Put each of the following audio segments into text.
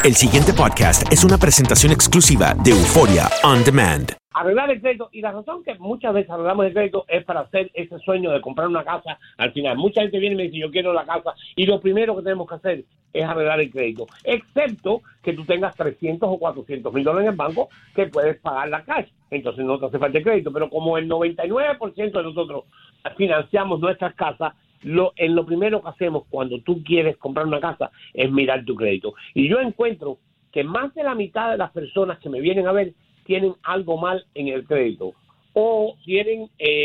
El siguiente podcast es una presentación exclusiva de Euphoria On Demand. Arreglar el crédito, y la razón que muchas veces arreglamos el crédito es para hacer ese sueño de comprar una casa al final. Mucha gente viene y me dice, yo quiero la casa, y lo primero que tenemos que hacer es arreglar el crédito, excepto que tú tengas 300 o 400 mil dólares en el banco que puedes pagar la cash, entonces no te hace falta el crédito. Pero como el 99% de nosotros financiamos nuestras casas, lo primero que hacemos cuando tú quieres comprar una casa es mirar tu crédito. Y yo encuentro que más de la mitad de las personas que me vienen a ver tienen algo mal en el crédito o tienen,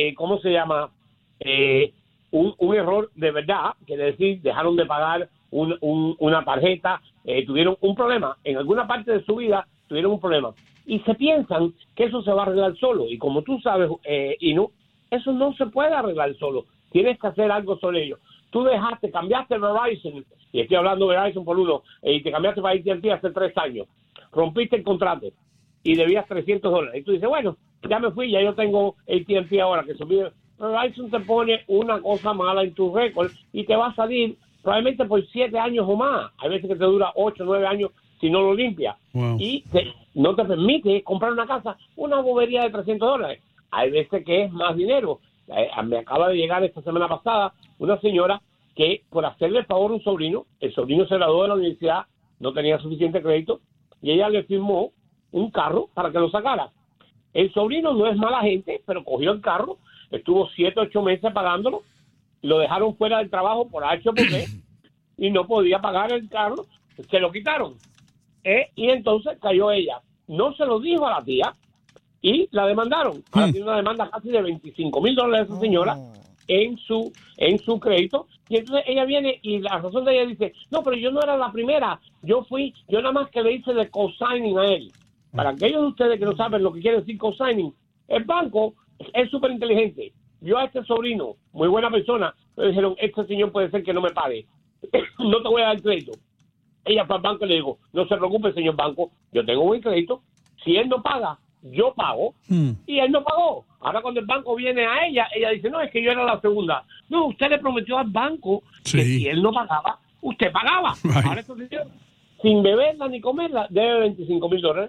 un error de verdad, quiere decir, dejaron de pagar una tarjeta, tuvieron un problema, en alguna parte de su vida tuvieron un problema y se piensan que eso se va a arreglar solo, y como tú sabes, Inu, eso no se puede arreglar solo, tienes que hacer algo sobre ello. Tú cambiaste Verizon, y estoy hablando de Verizon por uno, y te cambiaste para AT&T hace 3 años, rompiste el contrato y debías $300. Y tú dices, bueno, ya me fui, ya yo tengo AT&T ahora, que subí. Verizon te pone una cosa mala en tu récord y te va a salir probablemente por 7 años o más. Hay veces que te dura 8 o 9 años si no lo limpias. Wow. Y no te permite comprar una casa, una bobería de $300. Hay veces que es más dinero. Me acaba de llegar esta semana pasada una señora que, por hacerle el favor a un sobrino, el sobrino se graduó de la universidad, no tenía suficiente crédito, y ella le firmó un carro para que lo sacara. El sobrino no es mala gente, pero cogió el carro, estuvo 7 o 8 meses pagándolo, lo dejaron fuera del trabajo por H o por B y no podía pagar el carro, se lo quitaron. Y entonces cayó ella. No se lo dijo a la tía y la demandaron. Ahora tiene una demanda casi de $25,000 de esa señora en su crédito. Y entonces ella viene y la razón de ella dice, no, pero yo no era la primera, yo nada más que le hice de co-signing a él. Para aquellos de ustedes que no saben lo que quiere decir co-signing, el banco es súper inteligente. Yo a este sobrino, muy buena persona, le dijeron, este señor puede ser que no me pague, no te voy a dar crédito. Ella fue al banco y le dijo, no se preocupe, señor banco, yo tengo buen crédito, si él no paga, yo pago, y él no pagó. Ahora cuando el banco viene a ella dice, no, es que yo era la segunda. No, usted le prometió al banco que si él no pagaba, usted pagaba. Right. Ahora este señor, sin beberla ni comerla, debe $25,000.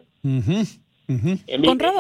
Conrado,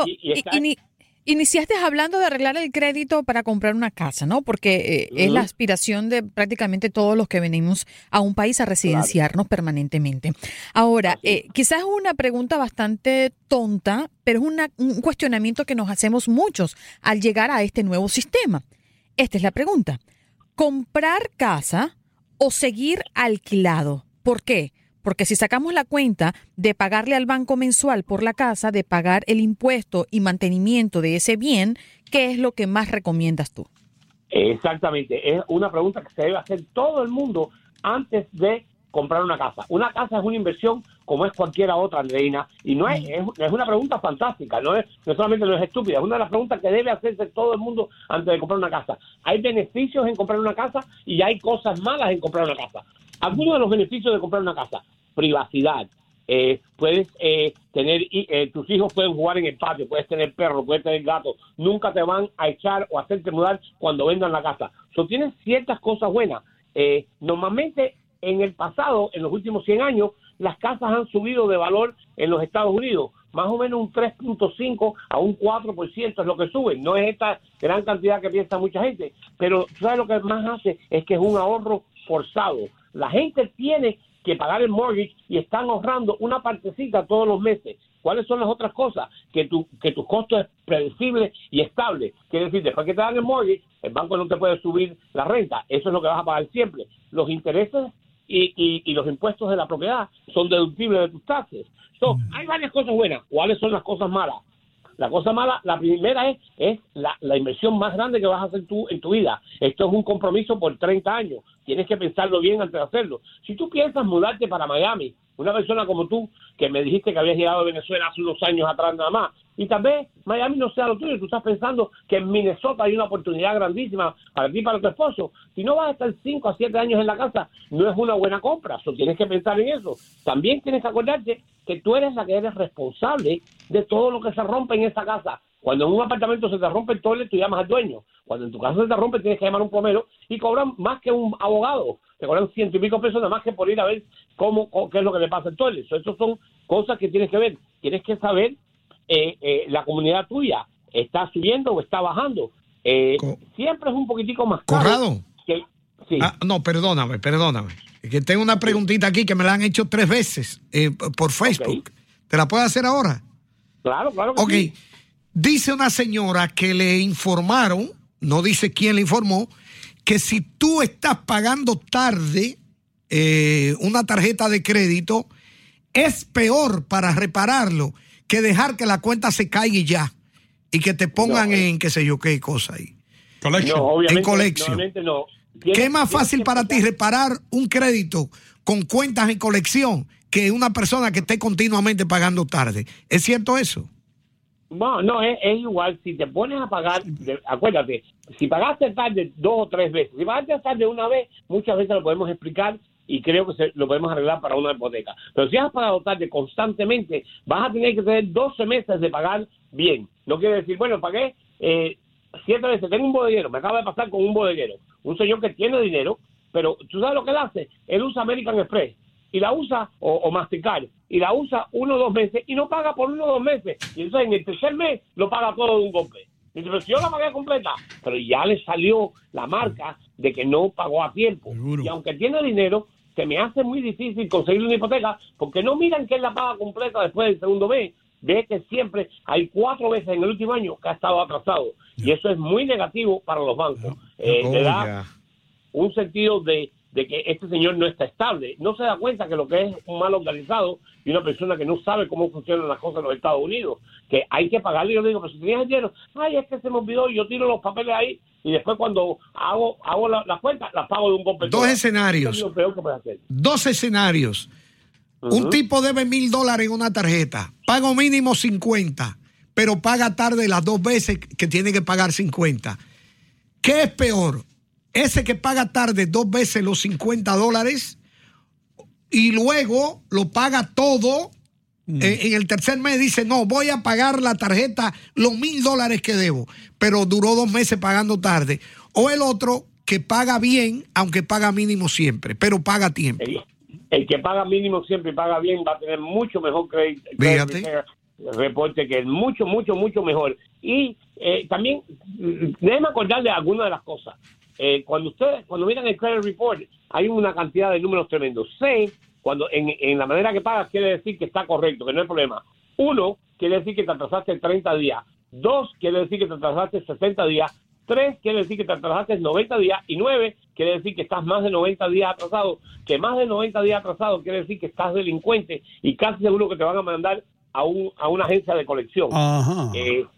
iniciaste hablando de arreglar el crédito para comprar una casa, ¿no? Porque es la aspiración de prácticamente todos los que venimos a un país a residenciarnos permanentemente. Ahora, quizás es una pregunta bastante tonta, pero es un cuestionamiento que nos hacemos muchos al llegar a este nuevo sistema. Esta es la pregunta. ¿Comprar casa o seguir alquilado? ¿Por qué? Porque si sacamos la cuenta de pagarle al banco mensual por la casa, de pagar el impuesto y mantenimiento de ese bien, ¿qué es lo que más recomiendas tú? Exactamente. Es una pregunta que se debe hacer todo el mundo antes de comprar una casa. Una casa es una inversión como es cualquier otra, Reina, y no es una pregunta fantástica, no solamente no es estúpida, es una de las preguntas que debe hacerse todo el mundo antes de comprar una casa. Hay beneficios en comprar una casa y hay cosas malas en comprar una casa. Algunos de los beneficios de comprar una casa: privacidad, puedes tener, tus hijos pueden jugar en el patio, puedes tener perros, puedes tener gatos, nunca te van a echar o hacerte mudar cuando vendan la casa. Tienes ciertas cosas buenas. Normalmente en el pasado, en los últimos 100 años, las casas han subido de valor en los Estados Unidos, más o menos un 3.5 a un 4% es lo que suben. No es esta gran cantidad que piensa mucha gente, pero ¿sabes lo que más hace? Es que es un ahorro forzado. La gente tiene que pagar el mortgage y están ahorrando una partecita todos los meses. ¿Cuáles son las otras cosas? Que tu costo es predecible y estable. Quiere decir, después que te dan el mortgage, el banco no te puede subir la renta. Eso es lo que vas a pagar siempre. Los intereses y los impuestos de la propiedad son deductibles de tus taxes. Hay varias cosas buenas. ¿Cuáles son las cosas malas? La cosa mala, la primera es la inversión más grande que vas a hacer tú en tu vida. Esto es un compromiso por 30 años. Tienes que pensarlo bien antes de hacerlo. Si tú piensas mudarte para Miami, una persona como tú, que me dijiste que habías llegado a Venezuela hace unos años atrás nada más, y tal vez Miami no sea lo tuyo, tú estás pensando que en Minnesota hay una oportunidad grandísima para ti y para tu esposo. Si no vas a estar 5 a 7 años en la casa, no es una buena compra. Tienes que pensar en eso. También tienes que acordarte que tú eres la que eres responsable de todo lo que se rompe en esa casa. Cuando en un apartamento se te rompe el toilet, tú llamas al dueño. Cuando en tu casa se te rompe, tienes que llamar a un plomero y cobran más que un abogado. Te cobran 100 y pico pesos nada más que por ir a ver qué es lo que le pasa al toilet. Esas son cosas que tienes que ver. Tienes que saber la comunidad tuya está subiendo o está bajando. Siempre es un poquitico más caro. Corrado. Sí. No, perdóname. Es que tengo una preguntita aquí que me la han hecho 3 veces por Facebook. Okay. ¿Te la puedo hacer ahora? Claro que sí. Dice una señora que le informaron, no dice quién le informó, que si tú estás pagando tarde una tarjeta de crédito, es peor para repararlo que dejar que la cuenta se caiga y ya. Y que te pongan en qué sé yo qué cosa ahí. En colección. No. ¿Qué es más fácil para ti reparar un crédito con cuentas en colección que una persona que esté continuamente pagando tarde? ¿Es cierto eso? No, es igual. Si te pones a pagar, acuérdate, si pagaste tarde 2 o 3 veces, si pagaste tarde una vez, muchas veces lo podemos explicar y creo que lo podemos arreglar para una hipoteca. Pero si has pagado tarde constantemente, vas a tener que tener 12 meses de pagar bien. No quiere decir, bueno, pagué 7 veces, tengo un bodeguero, me acaba de pasar con un bodeguero, un señor que tiene dinero, pero ¿tú sabes lo que él hace? Él usa American Express y la usa, o Mastercard, y la usa 1 o 2 meses y no paga por 1 o 2 meses. Y entonces en el tercer mes lo paga todo de un golpe. Dice, pero si yo la pagué completa, pero ya le salió la marca de que no pagó a tiempo. Seguro. Y aunque tiene dinero, se me hace muy difícil conseguir una hipoteca porque no miran que él la paga completa después del segundo mes. Ve que siempre hay 4 veces en el último año que ha estado atrasado. Y eso es muy negativo para los bancos. Le da un sentido de que este señor no está estable. No se da cuenta que lo que es un mal organizado y una persona que no sabe cómo funcionan las cosas en los Estados Unidos, que hay que pagarle. Yo le digo, pero si tenías dinero, es que se me olvidó, yo tiro los papeles ahí y después cuando hago las cuentas, las pago de un golpe. 2 escenarios. Eso es lo peor que puedes hacer. 2 escenarios. Un tipo debe $1,000 en una tarjeta, pago mínimo 50, pero paga tarde las 2 veces que tiene que pagar 50. ¿Qué es peor? Ese que paga tarde 2 veces los $50 y luego lo paga todo en el tercer mes, dice, no, voy a pagar la tarjeta los $1,000 que debo, pero duró 2 meses pagando tarde. O el otro que paga bien, aunque paga mínimo siempre, pero paga a tiempo. El que paga mínimo siempre y paga bien va a tener mucho mejor crédito reporte que es mucho mejor. Y también déjeme acordar de algunas de las cosas. Cuando miran el credit report hay una cantidad de números tremendos. Cuando en la manera que pagas quiere decir que está correcto, que no hay problema. 1 quiere decir que te atrasaste 30 días. 2 quiere decir que te atrasaste 60 días. 3 quiere decir que te atrasaste 90 días. Y 9 quiere decir que estás más de 90 días atrasado. Que más de 90 días atrasado quiere decir que estás delincuente y casi seguro que te van a mandar a una agencia de colección. Ajá.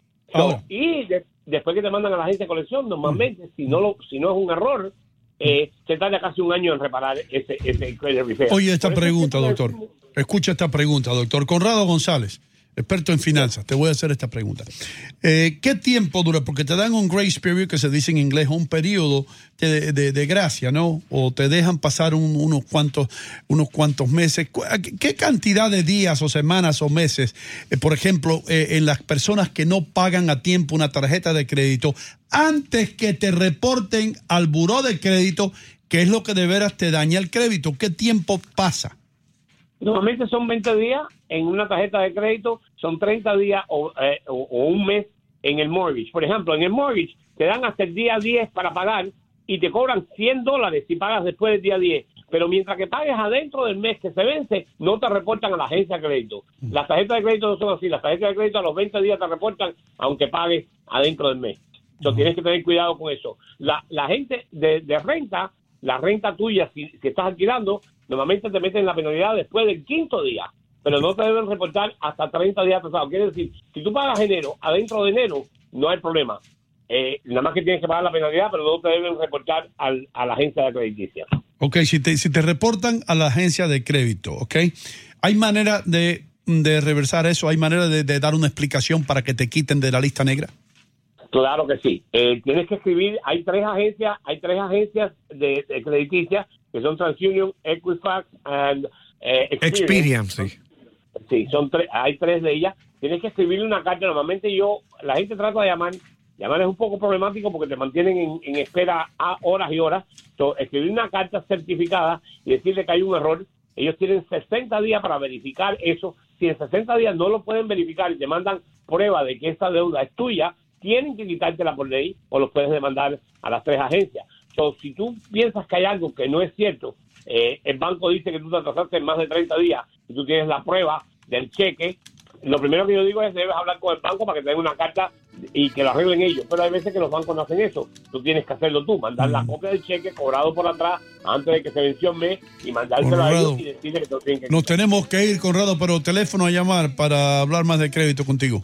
Después que te mandan a la agencia de colección, normalmente, si no es un error, se tarda casi 1 año en reparar ese credit repair. Oye, esta pregunta, doctor. Escucha esta pregunta, doctor. Conrado González, experto en finanzas, te voy a hacer esta pregunta. ¿Qué tiempo dura? Porque te dan un grace period, que se dice en inglés, un periodo de gracia, ¿no? O te dejan pasar unos cuantos meses. ¿Qué cantidad de días o semanas o meses, por ejemplo, en las personas que no pagan a tiempo una tarjeta de crédito, antes que te reporten al buró de crédito, que es lo que de veras te daña el crédito? ¿Qué tiempo pasa? Normalmente son 20 días en una tarjeta de crédito, son 30 días o 1 mes en el mortgage. Por ejemplo, en el mortgage te dan hasta el día 10 para pagar y te cobran $100 si pagas después del día 10. Pero mientras que pagues adentro del mes que se vence, no te reportan a la agencia de crédito. Las tarjetas de crédito no son así. Las tarjetas de crédito a los 20 días te reportan aunque pagues adentro del mes. Entonces tienes que tener cuidado con eso. La gente de renta, la renta tuya, si estás alquilando, normalmente te meten la penalidad después del 5º día, pero no te deben reportar hasta 30 días atrasados. Quiere decir, si tú pagas enero, adentro de enero, no hay problema. Nada más que tienes que pagar la penalidad, pero no te deben reportar a la agencia de crediticia. Ok, si te reportan a la agencia de crédito, ok, ¿hay manera de reversar eso? ¿Hay manera de dar una explicación para que te quiten de la lista negra? Claro que sí. Tienes que escribir, hay tres agencias de crediticia, que son TransUnion, Equifax and Experian. Sí. Sí, hay 3 de ellas. Tienes que escribirle una carta. Normalmente yo la gente trata de llamar es un poco problemático porque te mantienen en espera a horas y horas. Escribir una carta certificada y decirle que hay un error, ellos tienen 60 días para verificar eso. Si en 60 días no lo pueden verificar y te mandan prueba de que esta deuda es tuya, tienen que quitártela por ley o los puedes demandar a las 3 agencias. Si tú piensas que hay algo que no es cierto, el banco dice que tú te atrasaste en más de 30 días y tú tienes la prueba del cheque, lo primero que yo digo es debes hablar con el banco para que te den una carta y que lo arreglen ellos. Pero hay veces que los bancos no hacen eso. Tú tienes que hacerlo tú, mandar la copia del cheque cobrado por atrás antes de que se venció el mes y mandárselo Conrado, a ellos y decirles que te lo tienen que quitar. Nos tenemos que ir, Conrado, pero teléfono a llamar para hablar más de crédito contigo.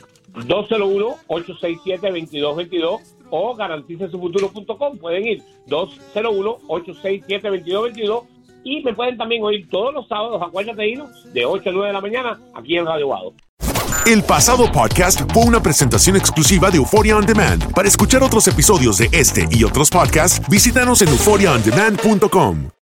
201-867-2222 o garanticesufuturo.com. Pueden ir 201-867-2222 y me pueden también oír todos los sábados, acuérdate, Hino, de 8 a 9 de la mañana aquí en Radio Guado. El pasado podcast fue una presentación exclusiva de Euphoria On Demand. Para escuchar otros episodios de este y otros podcasts, visítanos en euphoriaondemand.com.